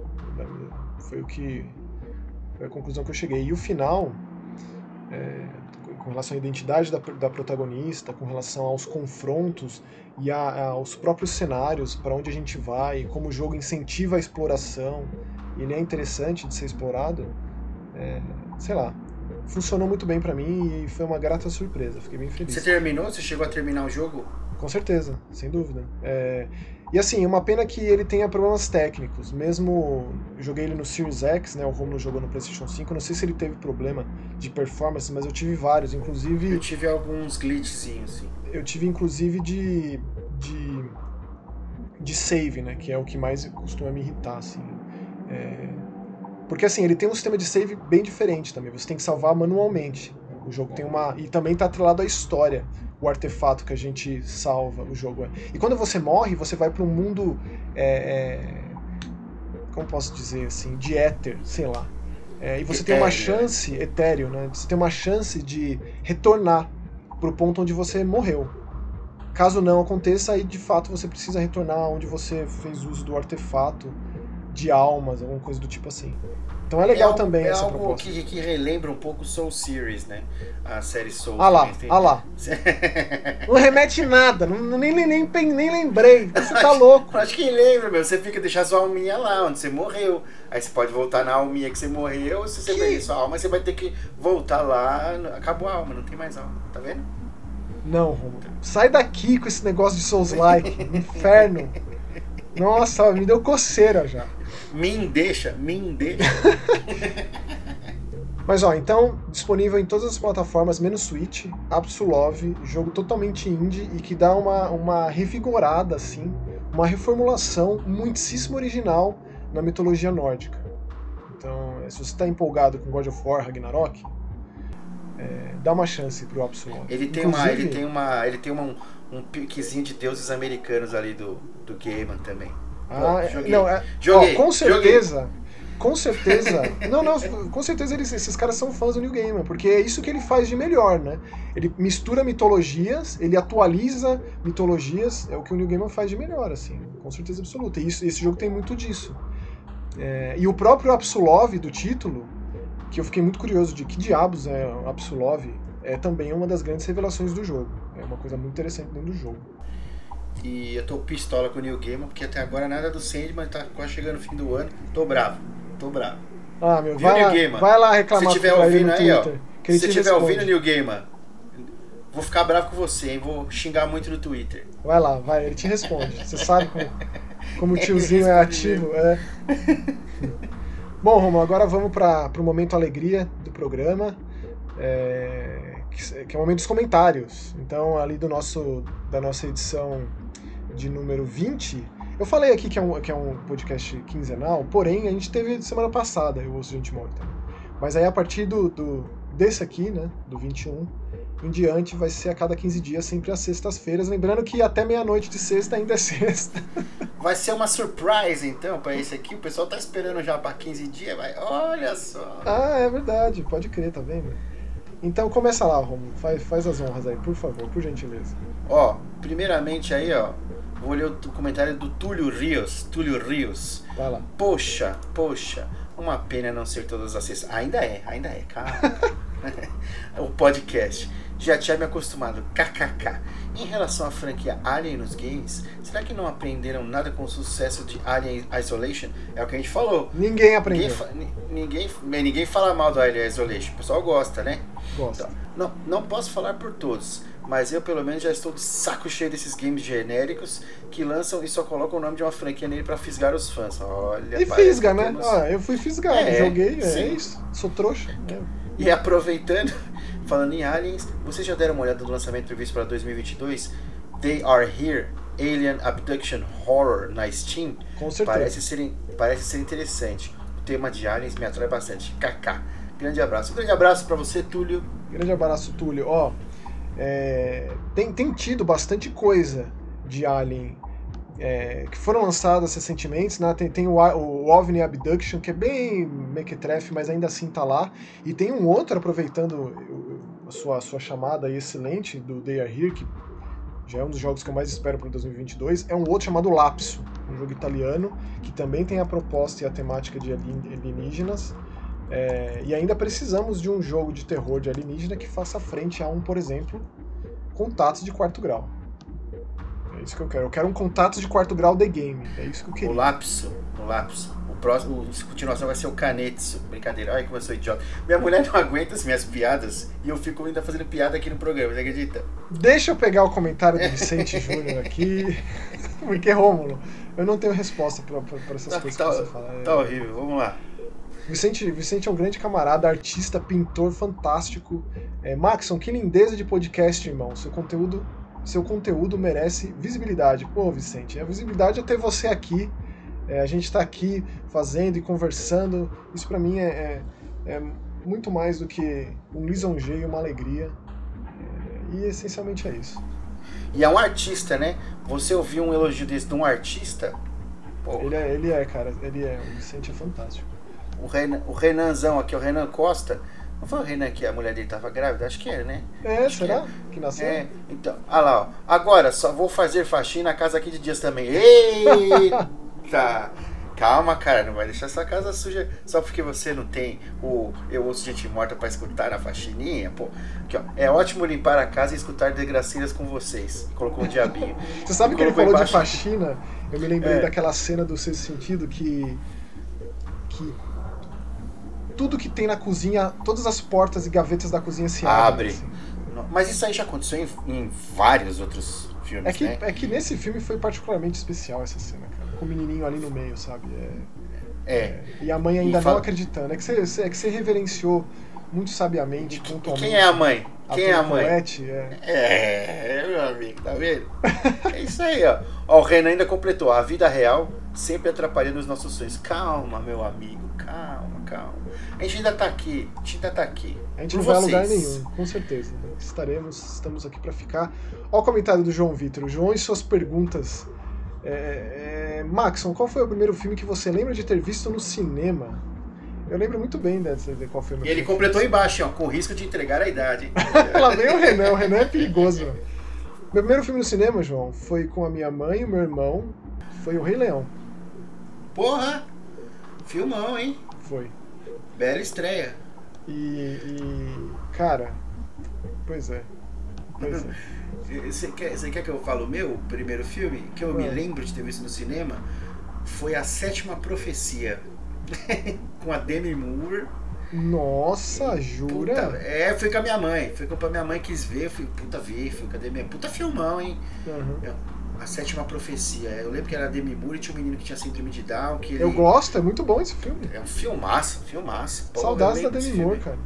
foi o que foi a conclusão que eu cheguei. E o final, é, com relação à identidade da, da protagonista, com relação aos confrontos e a, aos próprios cenários, para onde a gente vai, como o jogo incentiva a exploração, e ele é interessante de ser explorado, é, sei lá, funcionou muito bem pra mim e foi uma grata surpresa, fiquei bem feliz. Você terminou? Você chegou a terminar o jogo? Com certeza, sem dúvida. É, e assim, uma pena que ele tenha problemas técnicos, mesmo eu joguei ele no Series X, né, o Romulo jogou no PlayStation cinco, não sei se ele teve problema de performance, mas eu tive vários, inclusive... Eu tive alguns glitchzinhos, sim. Eu tive inclusive de, de, de save, né, que é o que mais costuma me irritar, assim. É, porque assim, ele tem um sistema de save bem diferente também, você tem que salvar manualmente. O jogo tem uma... E também está atrelado à história, o artefato que a gente salva, o jogo. E quando você morre, você vai para um mundo... É, é, como posso dizer assim? De éter, sei lá. É, e você etéreo, tem uma chance... Né? Etéreo, né? Você tem uma chance de retornar para o ponto onde você morreu. Caso não aconteça, aí de fato você precisa retornar onde você fez uso do artefato de almas, alguma coisa do tipo assim. Então é legal é algo, também é essa algo proposta. Que, que relembra um pouco Soul Series, né? A série Soul. Ah lá, ah lá. Não remete nada, não, nem, nem, nem, nem lembrei. Você tá louco. Acho que lembra, meu. Você fica deixar sua alminha lá, onde você morreu. Aí você pode voltar na alminha que você morreu. Se você que... perder sua alma, você vai ter que voltar lá. Acabou a alma, não tem mais alma. Tá vendo? Não, Romulo. Sai daqui com esse negócio de Souls-like. Inferno. Nossa, me deu coceira já. Me deixa, me deixa. Mas ó, então, disponível em todas as plataformas, menos Switch, Absolove, jogo totalmente indie e que dá uma, uma revigorada, assim, uma reformulação muitíssimo original na mitologia nórdica. Então, se você está empolgado com God of War, Ragnarok, é, dá uma chance pro Absolove. Ele tem uma, ele tem uma, ele tem uma, um, um piquezinho de deuses americanos ali do, do Gaiman também. Ah, Pô, joguei, não, é, joguei, ó, com certeza, joguei. com certeza, não, não, com certeza eles, esses caras são fãs do Neil Gaiman, porque é isso que ele faz de melhor, né? Ele mistura mitologias, ele atualiza mitologias, é o que o Neil Gaiman faz de melhor, assim, com certeza absoluta. E isso, esse jogo tem muito disso. É, e o próprio Absolove do título, que eu fiquei muito curioso de que diabos é o Absolove, é também uma das grandes revelações do jogo. É uma coisa muito interessante dentro do jogo. E eu tô pistola com o Neil Gaiman, porque até agora nada do Sandman, tá quase chegando o fim do ano. Tô bravo, tô bravo. Ah, meu, vai lá, Gaiman, vai lá reclamar se tiver ouvindo aí, ó, se você estiver ouvindo, Neil Gaiman, vou ficar bravo com você, hein? Vou xingar muito no Twitter. Vai lá, vai, ele te responde. Você sabe como, como o tiozinho é ativo. É. Bom, Romulo, agora vamos para o momento alegria do programa. É, que é o momento dos comentários. Então, ali do nosso, da nossa edição de número vinte, eu falei aqui que é, um, que é um podcast quinzenal, porém, a gente teve semana passada, eu ouço gente morta. Mas aí, a partir do, do, desse aqui, né, do vinte e um, em diante, vai ser a cada quinze dias, sempre às sextas-feiras. Lembrando que até meia-noite de sexta ainda é sexta. Vai ser uma surprise, então, para esse aqui. O pessoal tá esperando já para quinze dias, vai. Olha só. Ah, é verdade, pode crer, tá vendo? Então começa lá, Romulo, faz, faz as honras aí, por favor, por gentileza. Ó, primeiramente aí, ó, vou ler o comentário do Túlio Rios, Túlio Rios. Vai lá. Poxa, poxa, uma pena não ser todas as sextas. Ainda é, ainda é, cara. O podcast. Já tinha me acostumado, kkk. Em relação à franquia Alien nos games, será que não aprenderam nada com o sucesso de Alien Isolation? É o que a gente falou. Ninguém aprendeu. Ninguém, ninguém, ninguém fala mal do Alien Isolation. O pessoal gosta, né? Gosta. Então, não, não posso falar por todos, mas eu pelo menos já estou de saco cheio desses games genéricos que lançam e só colocam o nome de uma franquia nele pra fisgar os fãs. Olha, e fisga, né? temos... Ah, eu fui fisgado, é, joguei, sim. é isso. Sou trouxa. É. E aproveitando, falando em Aliens, vocês já deram uma olhada no lançamento previsto para dois mil e vinte e dois? They Are Here, Alien Abduction Horror na Steam? Com certeza. Parece ser, parece ser interessante. O tema de Aliens me atrai bastante. Kaká. Grande abraço. Um grande abraço para você, Túlio. Grande abraço, Túlio. Ó, é, tem, tem tido bastante coisa de Alien é, que foram lançadas recentemente, né? Tem, tem o, o OVNI Abduction, que é bem mequetrefe, mas ainda assim tá lá. E tem um outro, aproveitando a sua, a sua chamada aí excelente, do They Are Here, que já é um dos jogos que eu mais espero para dois mil e vinte e dois, é um outro chamado Lapso, um jogo italiano, que também tem a proposta e a temática de alienígenas. É, e ainda precisamos de um jogo de terror de alienígena que faça frente a um, por exemplo, Contatos de Quarto Grau. É isso que eu quero. Eu quero um Contatos de Quarto Grau The Game. É isso que eu queria. O Lapso. O Lapso. O próximo, a continuação vai ser o Canetsu. Brincadeira. Ai, como eu sou idiota. Minha mulher não aguenta as minhas piadas e eu fico ainda fazendo piada aqui no programa, você acredita? Deixa eu pegar o comentário do Vicente Júnior aqui. Porque, Rômulo, eu não tenho resposta para essas Tá, coisas tá, que você fala. É... Tá horrível. Vamos lá. Vicente, Vicente é um grande camarada, artista, pintor fantástico. É, Maxon, que lindeza de podcast, irmão. Seu conteúdo, seu conteúdo merece visibilidade. Pô, Vicente, a visibilidade é ter você aqui. É, a gente está aqui fazendo e conversando. Isso para mim é, é, é muito mais do que um lisonjeio e uma alegria. É, e essencialmente é isso. E é um artista, né? Você ouviu um elogio desse de um artista? Pô. Ele é, ele é, cara. Ele é. O Vicente é fantástico. O, Renan, o Renanzão aqui, o Renan Costa. Não foi o Renan que a mulher dele tava grávida? Acho que era, né? É, Acho será? Que, que nasceu? É, então. Olha lá, ó. Agora, só vou fazer faxina na casa aqui de dias também. Eita! Calma, cara, não vai deixar essa casa suja só porque você não tem o Eu Ouço Gente Morta pra escutar na faxininha, pô. Aqui, ó. É ótimo limpar a casa e escutar desgraceiras com vocês. Colocou um diabinho. Você sabe que ele falou embaixo... de faxina? Eu me lembrei é. daquela cena do Sexto Sentido que... que tudo que tem na cozinha, todas as portas e gavetas da cozinha se abrem. Abre. Assim. Mas isso aí já aconteceu em, em vários outros filmes, é que, né? É que nesse filme foi particularmente especial essa cena, cara. Com o menininho ali no meio, sabe? É, é. é e a mãe ainda fala... não acreditando. É que, você, é que você reverenciou muito sabiamente, e, pontualmente. E quem é a mãe? A quem é a mãe? Colette, é... é, meu amigo, tá vendo? É isso aí, ó. Ó. O Renan ainda completou. A vida real sempre atrapalhando os nossos sonhos. Calma, meu amigo, calma, calma. A gente ainda tá aqui, a gente ainda tá aqui. A gente não vocês. vai a lugar nenhum, com certeza. Estaremos, estamos aqui pra ficar. Ó o comentário do João Vitor. O João e suas perguntas. É, é, Maxon, qual foi o primeiro filme que você lembra de ter visto no cinema? Eu lembro muito bem dessa, de qual foi o meu E ele filme. completou embaixo, ó, com risco de entregar a idade. Lá vem o Renan, o Renan é perigoso. Mano. Meu primeiro filme no cinema, João, foi com a minha mãe e o meu irmão. Foi o Rei Leão. Porra! Filmão, hein? Foi. Bela estreia. E, e cara, pois é. Pois é. Você quer, você quer que eu fale o meu primeiro filme? Que eu me lembro de ter visto no cinema? Foi A Sétima Profecia. Com a Demi Moore. Nossa, jura? Puta, é, fui com a minha mãe. Fui com a minha mãe, quis ver. Eu fui, puta, ver. Fui com a Demi. Puta filmão, hein? Uhum. A Sétima Profecia. Eu lembro que era a Demi Moore e tinha um menino que tinha síndrome de Down. Que ele... Eu gosto, é muito bom esse filme. É um filmaço, filmaço. Pô, Saudades da Demi Moore, cara.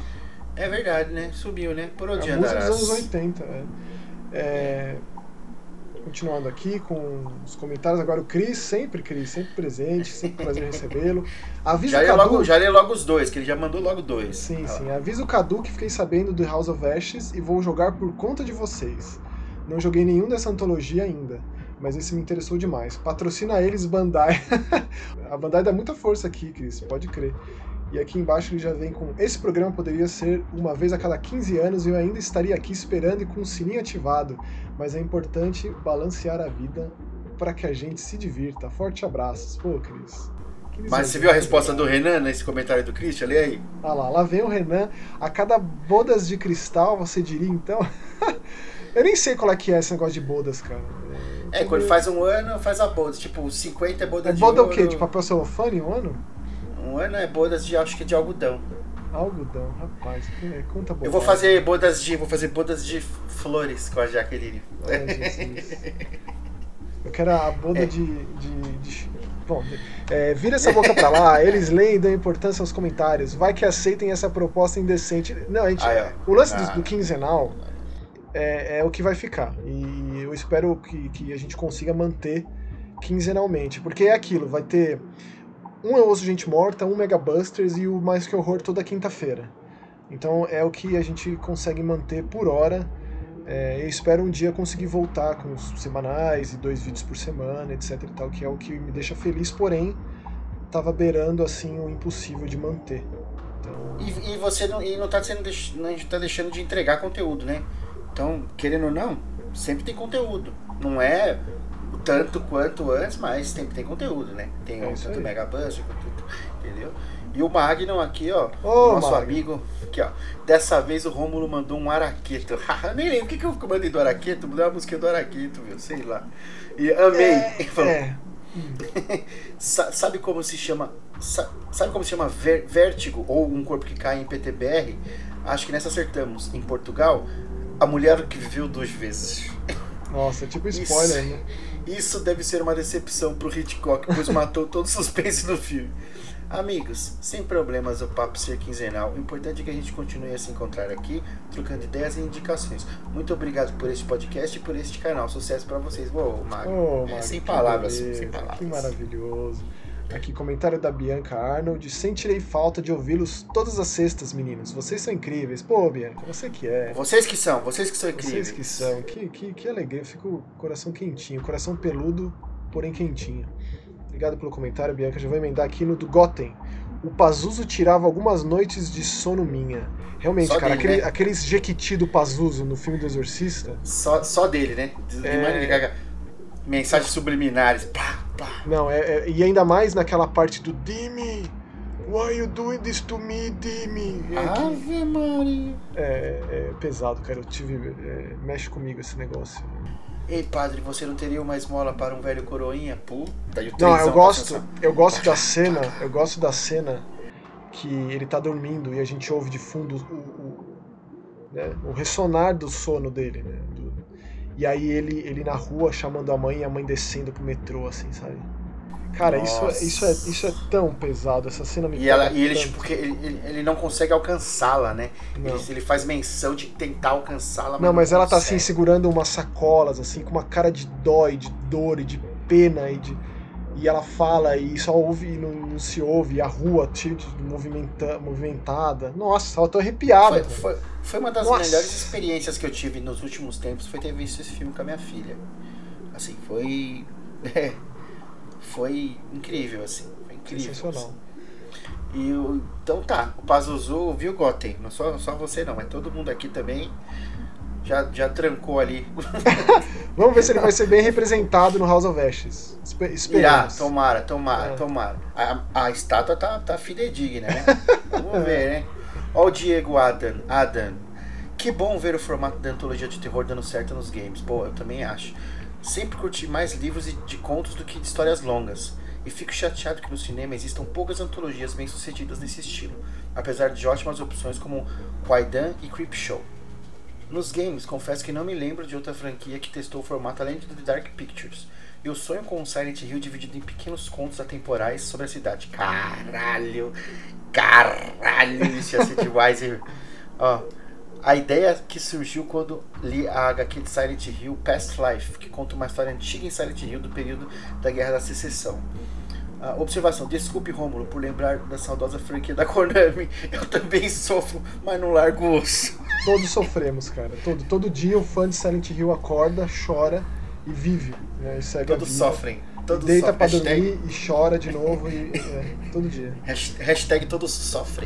É verdade, né? Subiu, né? Por onde é andarás? A música dos anos oitenta. É. É... Continuando aqui com os comentários, agora o Cris, sempre Cris, sempre presente, sempre prazer recebê-lo. Avisa já, o lê Cadu... logo, já lê logo os dois, que ele já mandou logo dois. Sim, ah, sim. Avisa o Cadu que fiquei sabendo do House of Ashes e vou jogar por conta de vocês. Não joguei nenhum dessa antologia ainda, mas esse me interessou demais. Patrocina eles, Bandai. A Bandai dá muita força aqui, Cris, pode crer. E aqui embaixo ele já vem com: esse programa poderia ser uma vez a cada quinze anos e eu ainda estaria aqui esperando e com o sininho ativado, mas é importante balancear a vida para que a gente se divirta. Forte abraços. Pô, Cris. Mas você viu a resposta do Renan nesse comentário do Christian? Lê aí. Ah lá, lá vem o Renan. A cada bodas de cristal, você diria então? Eu nem sei qual é que é esse negócio de bodas, cara. É, quando faz um ano, faz a boda. Tipo, cinquenta é boda é de boda ouro. Boda o quê? De papel celofane, um ano? Um ano é bodas de, acho que de algodão. Algodão, rapaz. É, conta boa. Eu vou fazer bodas de, vou fazer bodas de flores com a Jaqueline. Ai, Jesus. Eu quero a boda é. de, de, de... Bom, é, vira essa boca pra lá, eles leem e dão importância aos comentários. Vai que aceitem essa proposta indecente. Não, a gente, ah, o lance ah. do, do quinzenal é, é o que vai ficar. E eu espero que, que a gente consiga manter quinzenalmente. Porque é aquilo, vai ter um Eu Ouço Gente Morta, um Megabusters e o Mais Que Horror toda quinta-feira. Então é o que a gente consegue manter por hora. É, eu espero um dia conseguir voltar com os semanais e dois vídeos por semana, etc e tal, que é o que me deixa feliz, porém tava beirando assim o impossível de manter. Então... E, e você não, e não, tá sendo, não tá deixando de entregar conteúdo, né? Então, querendo ou não, sempre tem conteúdo. Não é tanto quanto antes, mas sempre tem conteúdo, né? Tem é um tanto Mega Bus, entendeu? E o Magnum aqui, ó, Ô, nosso Magnum. amigo, aqui, ó. Dessa vez o Rômulo mandou um araqueto. Nem lembro o que, que eu mandei do araqueto, mandei uma música do araqueto, viu? Sei lá. E amei. É, é. Sabe como se chama? Sabe como se chama vértigo ou um corpo que cai em P T B R? Acho que nessa acertamos. Em Portugal, a mulher que viveu duas vezes. Nossa, é tipo spoiler, isso, né? Isso deve ser uma decepção pro Hitchcock, pois matou todo o suspense do filme. Amigos, sem problemas o papo ser quinzenal. O importante é que a gente continue a se encontrar aqui, trocando ideias e indicações. Muito obrigado por este podcast e por este canal. Sucesso pra vocês. Uou, Mago. Oh, é, Mago, sem palavras, beleza, sem palavras. Que maravilhoso. Aqui, comentário da Bianca Arnold. Sentirei falta de ouvi-los todas as sextas, meninos. Vocês são incríveis. Pô, Bianca, você que é. Vocês que são, vocês que são incríveis. Vocês que são. Que, que, que alegria. Fico com o coração quentinho. Coração peludo, porém quentinho. Obrigado pelo comentário, Bianca. Já vou emendar aqui no do Goten. O Pazuzu tirava algumas noites de sono minha. Realmente, só cara, dele, aquele, né? aqueles jequiti do Pazuzu no filme do Exorcista. Só, só dele, né? De, é... Mensagens subliminares. Pá, pá. Não, é, é, e ainda mais naquela parte do Dimi, why you doing this to me, Dimi? Ave Maria. É, é pesado, cara. Eu tive. É, mexe comigo esse negócio. Ei, padre, você não teria uma esmola para um velho coroinha? Puta, e o Não, eu gosto, eu gosto da cena, eu gosto da cena que ele tá dormindo e a gente ouve de fundo o, o, né, o ressonar do sono dele, né? Do, e aí ele, ele na rua chamando a mãe e a mãe descendo pro metrô, assim, sabe? Cara, isso, isso, é, isso é tão pesado, essa cena me E, ela, e ele, tipo, ele, ele, ele não consegue alcançá-la, né? Ele, ele faz menção de tentar alcançá-la, mas Não, mas não ela consegue. tá assim, segurando umas sacolas, assim, com uma cara de dó e de dor e de pena e de... E ela fala e só ouve e não, não se ouve, e a rua cheia de movimenta, movimentada. Nossa, eu tô arrepiado. Foi, foi, foi uma das Nossa. melhores experiências que eu tive nos últimos tempos, foi ter visto esse filme com a minha filha. Assim, foi... É, foi incrível, assim. Foi incrível. Sensacional. Assim. E o, então tá, o Pazuzu viu Gotham, não só, só você não, mas todo mundo aqui também já, já trancou ali. Vamos ver se ele vai ser bem representado no House of Ashes. Esperamos. Irá, tomara, tomara, É. tomara. A, a estátua tá, tá fidedigna, né? Vamos ver, né? Ó o Diego Adam, Adam. Que bom ver o formato da antologia de terror dando certo nos games. Pô, eu também acho. Sempre curti mais livros de contos do que de histórias longas. E fico chateado que no cinema existam poucas antologias bem sucedidas nesse estilo, apesar de ótimas opções como Kwaidan e Creepshow. Nos games, confesso que não me lembro de outra franquia que testou o formato além do The Dark Pictures. Eu sonho com um Silent Hill dividido em pequenos contos atemporais sobre a cidade. Caralho! Caralho! Isso ia ser demais, hein? Ó, a ideia que surgiu quando li a H Q de Silent Hill Past Life, que conta uma história antiga em Silent Hill do período da Guerra da Secessão. Uh, observação, desculpe Rômulo por lembrar da saudosa franquia da Konami. Eu também sofro, mas não largo o osso. Todos sofremos, cara. Todo, todo dia o fã de Silent Hill acorda, chora e vive. Né? E segue Todos a vida. sofrem. Todos Deita sofrem. pra Hashtag... dormir e chora de novo. E, é, todo dia. Hashtag todos sofrem.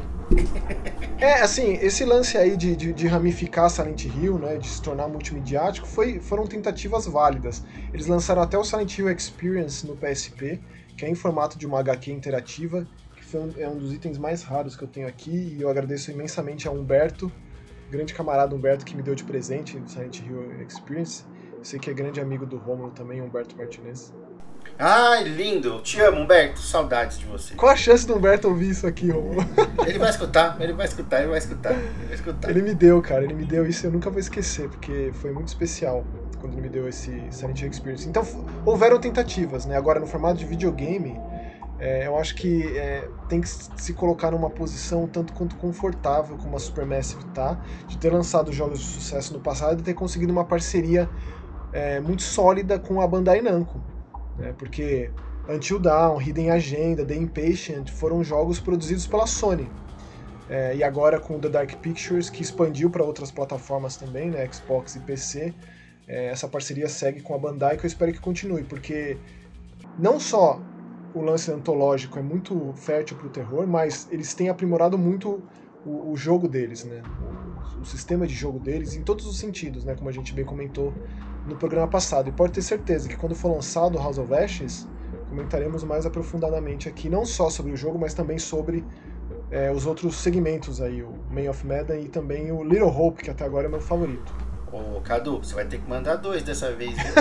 É, assim, esse lance aí de, de, de ramificar Silent Hill, né, de se tornar multimediático, foi, foram tentativas válidas. Eles lançaram até o Silent Hill Experience no P S P, que é em formato de uma H Q interativa, que foi um, é um dos itens mais raros que eu tenho aqui, e eu agradeço imensamente a Humberto, grande camarada Humberto, que me deu de presente o Silent Hill Experience. Eu sei que é grande amigo do Rômulo também, Humberto Martinez. Ai, lindo! Te amo, Humberto. Saudades de você. Qual a chance do Humberto ouvir isso aqui, Rômulo? Ele vai escutar, ele vai escutar, ele vai escutar, ele vai escutar. Ele me deu, cara, ele me deu isso e eu nunca vou esquecer, porque foi muito especial quando ele me deu esse Silent Hill Experience. Então, houveram tentativas, né? Agora, no formato de videogame, é, eu acho que é, tem que se colocar numa posição tanto quanto confortável, como a Supermassive tá, de ter lançado jogos de sucesso no passado e ter conseguido uma parceria é, muito sólida com a Bandai Namco, né? Porque Until Dawn, Hidden Agenda, The Impatient foram jogos produzidos pela Sony. É, e agora com The Dark Pictures, que expandiu para outras plataformas também, né, Xbox e P C, é, essa parceria segue com a Bandai, que eu espero que continue, porque não só o lance antológico é muito fértil para o terror, mas eles têm aprimorado muito o, o jogo deles, né, o, o sistema de jogo deles, em todos os sentidos, né, como a gente bem comentou no programa passado. E pode ter certeza que quando for lançado House of Ashes, comentaremos mais aprofundadamente aqui, não só sobre o jogo, mas também sobre É, os outros segmentos aí, o Man of Medan e também o Little Hope, que até agora é meu favorito. Ô, Cadu, você vai ter que mandar dois dessa vez, né?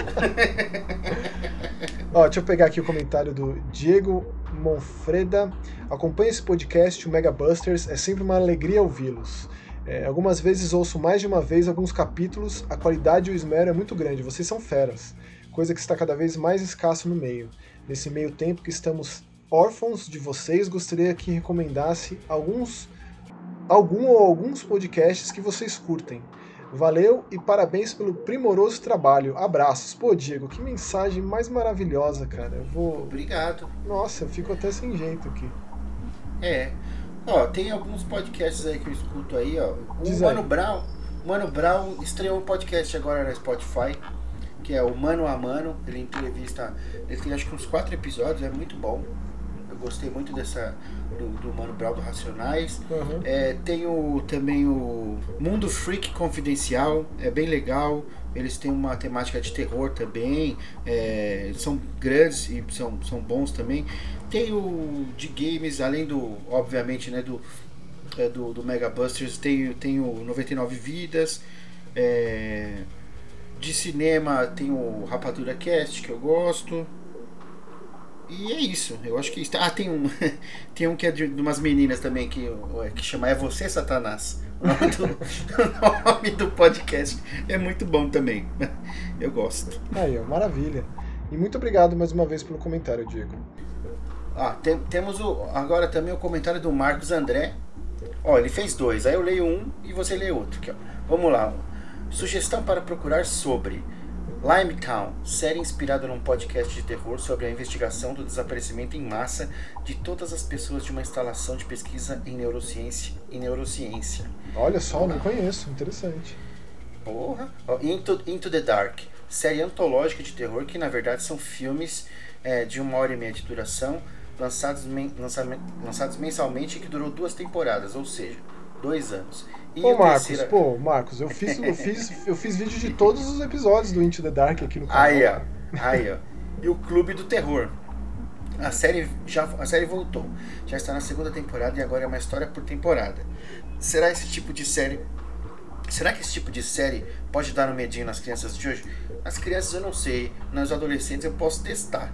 Ó, deixa eu pegar aqui o comentário do Diego Monfreda. Acompanhe esse podcast, o Mega Busters, é sempre uma alegria ouvi-los. É, algumas vezes ouço mais de uma vez alguns capítulos, a qualidade e o esmero é muito grande, vocês são feras, coisa que está cada vez mais escasso no meio. Nesse meio tempo que estamos órfãos de vocês, gostaria que recomendasse alguns, algum ou alguns podcasts que vocês curtem. Valeu e parabéns pelo primoroso trabalho. Abraços. Pô, Diego, que mensagem mais maravilhosa, cara. Eu vou... Obrigado. Nossa, eu fico até sem jeito aqui. É. Ó, tem alguns podcasts aí que eu escuto aí, ó. O Diz Mano aí. Brown, Mano Brown estreou um podcast agora na Spotify, que é o Mano a Mano. Ele entrevista, ele tem acho que uns quatro episódios, é muito bom. Eu gostei muito dessa do, do Mano Brown do Racionais. Uhum. É, tem o, também o Mundo Freak Confidencial, é bem legal. Eles têm uma temática de terror também. É, eles são grandes e são, são bons também. Tem o de games, além do, obviamente, né, do, é, do, do Mega Busters, tem, tem o noventa e nove Vidas. É, de cinema tem o Rapadura Cast, que eu gosto. E é isso, eu acho que... Ah, tem um, tem um que é de, de umas meninas também, que, que chama É Você, Satanás. O nome, do, o nome do podcast é muito bom também. Eu gosto. Aí, ó, maravilha. E muito obrigado mais uma vez pelo comentário, Diego. Ah, tem, temos o, agora também o comentário do Marcos André. Ó, ele fez dois, aí eu leio um e você lê outro. Aqui, ó. Vamos lá. Sugestão para procurar sobre... Limetown, série inspirada num podcast de terror sobre a investigação do desaparecimento em massa de todas as pessoas de uma instalação de pesquisa em neurociência. Em neurociência. Olha só, não conheço, interessante. Porra! Into, Into the Dark, série antológica de terror que na verdade são filmes é, de uma hora e meia de duração, lançados, men, lançados mensalmente e que durou duas temporadas, ou seja, dois anos. E Pô, Marcos, terceira... pô, Marcos, eu fiz, eu, fiz, eu fiz vídeo de todos os episódios do Into the Dark aqui no canal. Aí, ó. Aí, ó. E o Clube do Terror. A série, já, a série voltou. Já está na segunda temporada e agora é uma história por temporada. Será esse tipo de série... Será que esse tipo de série pode dar um medinho nas crianças de hoje? As crianças eu não sei. Nos adolescentes eu posso testar.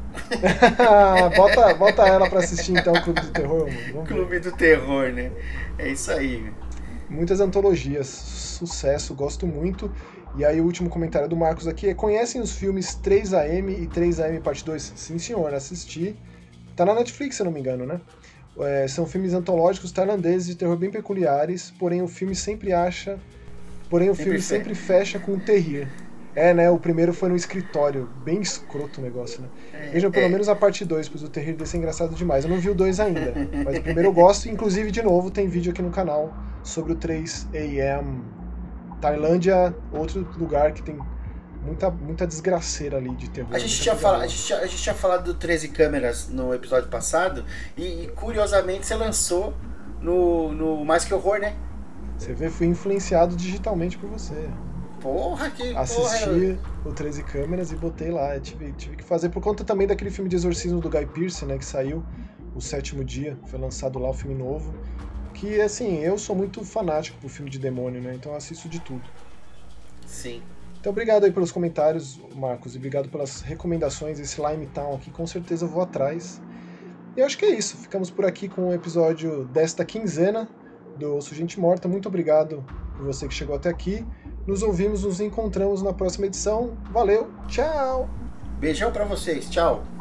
bota, bota ela pra assistir então o Clube do Terror. Vamos Clube ver. do Terror, né? É isso aí. Muitas antologias, sucesso, gosto muito. E aí o último comentário do Marcos aqui é: conhecem os filmes três A M e três A M Parte dois? Sim, senhor, assisti. Tá na Netflix, se eu não me engano, né? É, são filmes antológicos tailandeses de terror bem peculiares, porém o filme sempre acha... Porém o Sempre filme fe- sempre fecha com um terrir. É, né? O primeiro foi no escritório. Bem escroto o negócio, né? É, Vejam pelo é. menos a parte dois, pois o terrir desse é engraçado demais. Eu não vi o dois ainda, mas o primeiro eu gosto. Inclusive, de novo, tem vídeo aqui no canal sobre o três A M. Tailândia, outro lugar que tem muita, muita desgraceira ali de terror. A gente, muita tinha coisa falado, a, boa. gente tinha, a gente tinha falado do treze câmeras no episódio passado e, e curiosamente você lançou no, no Mais Que Horror, né? Você vê, fui influenciado digitalmente por você. Porra, que porra! Assisti o treze câmeras e botei lá. Eu tive, tive que fazer por conta também daquele filme de exorcismo do Guy Pearce, né? Que saiu, O Sétimo Dia. Foi lançado lá o filme novo. Que, assim, eu sou muito fanático por filme de demônio, né? Então eu assisto de tudo. Sim. Então obrigado aí pelos comentários, Marcos. E obrigado pelas recomendações. Esse Limetown aqui, com certeza eu vou atrás. E eu acho que é isso. Ficamos por aqui com o episódio desta quinzena do Ouço Gente Morta. Muito obrigado por você que chegou até aqui. Nos ouvimos, nos encontramos na próxima edição. Valeu, tchau! Beijão pra vocês, tchau!